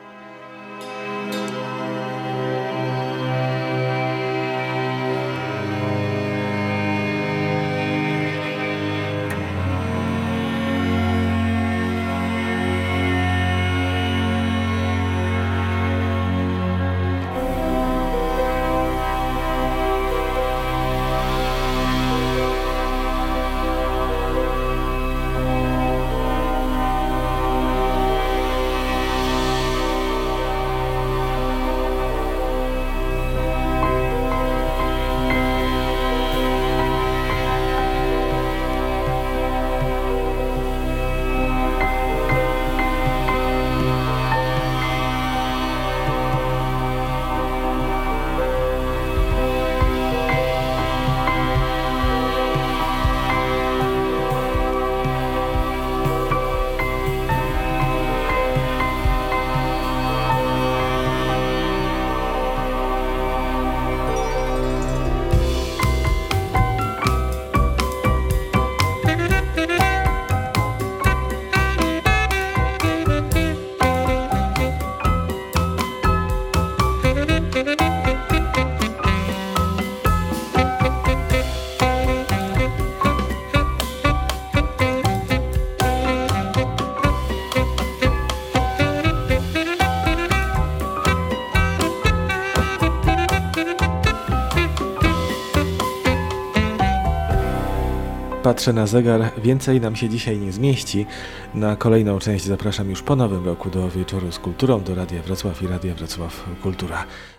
B: Patrzę na zegar, więcej nam się dzisiaj nie zmieści. Na kolejną część zapraszam już po nowym roku do Wieczoru z Kulturą, do Radia Wrocław i Radia Wrocław Kultura.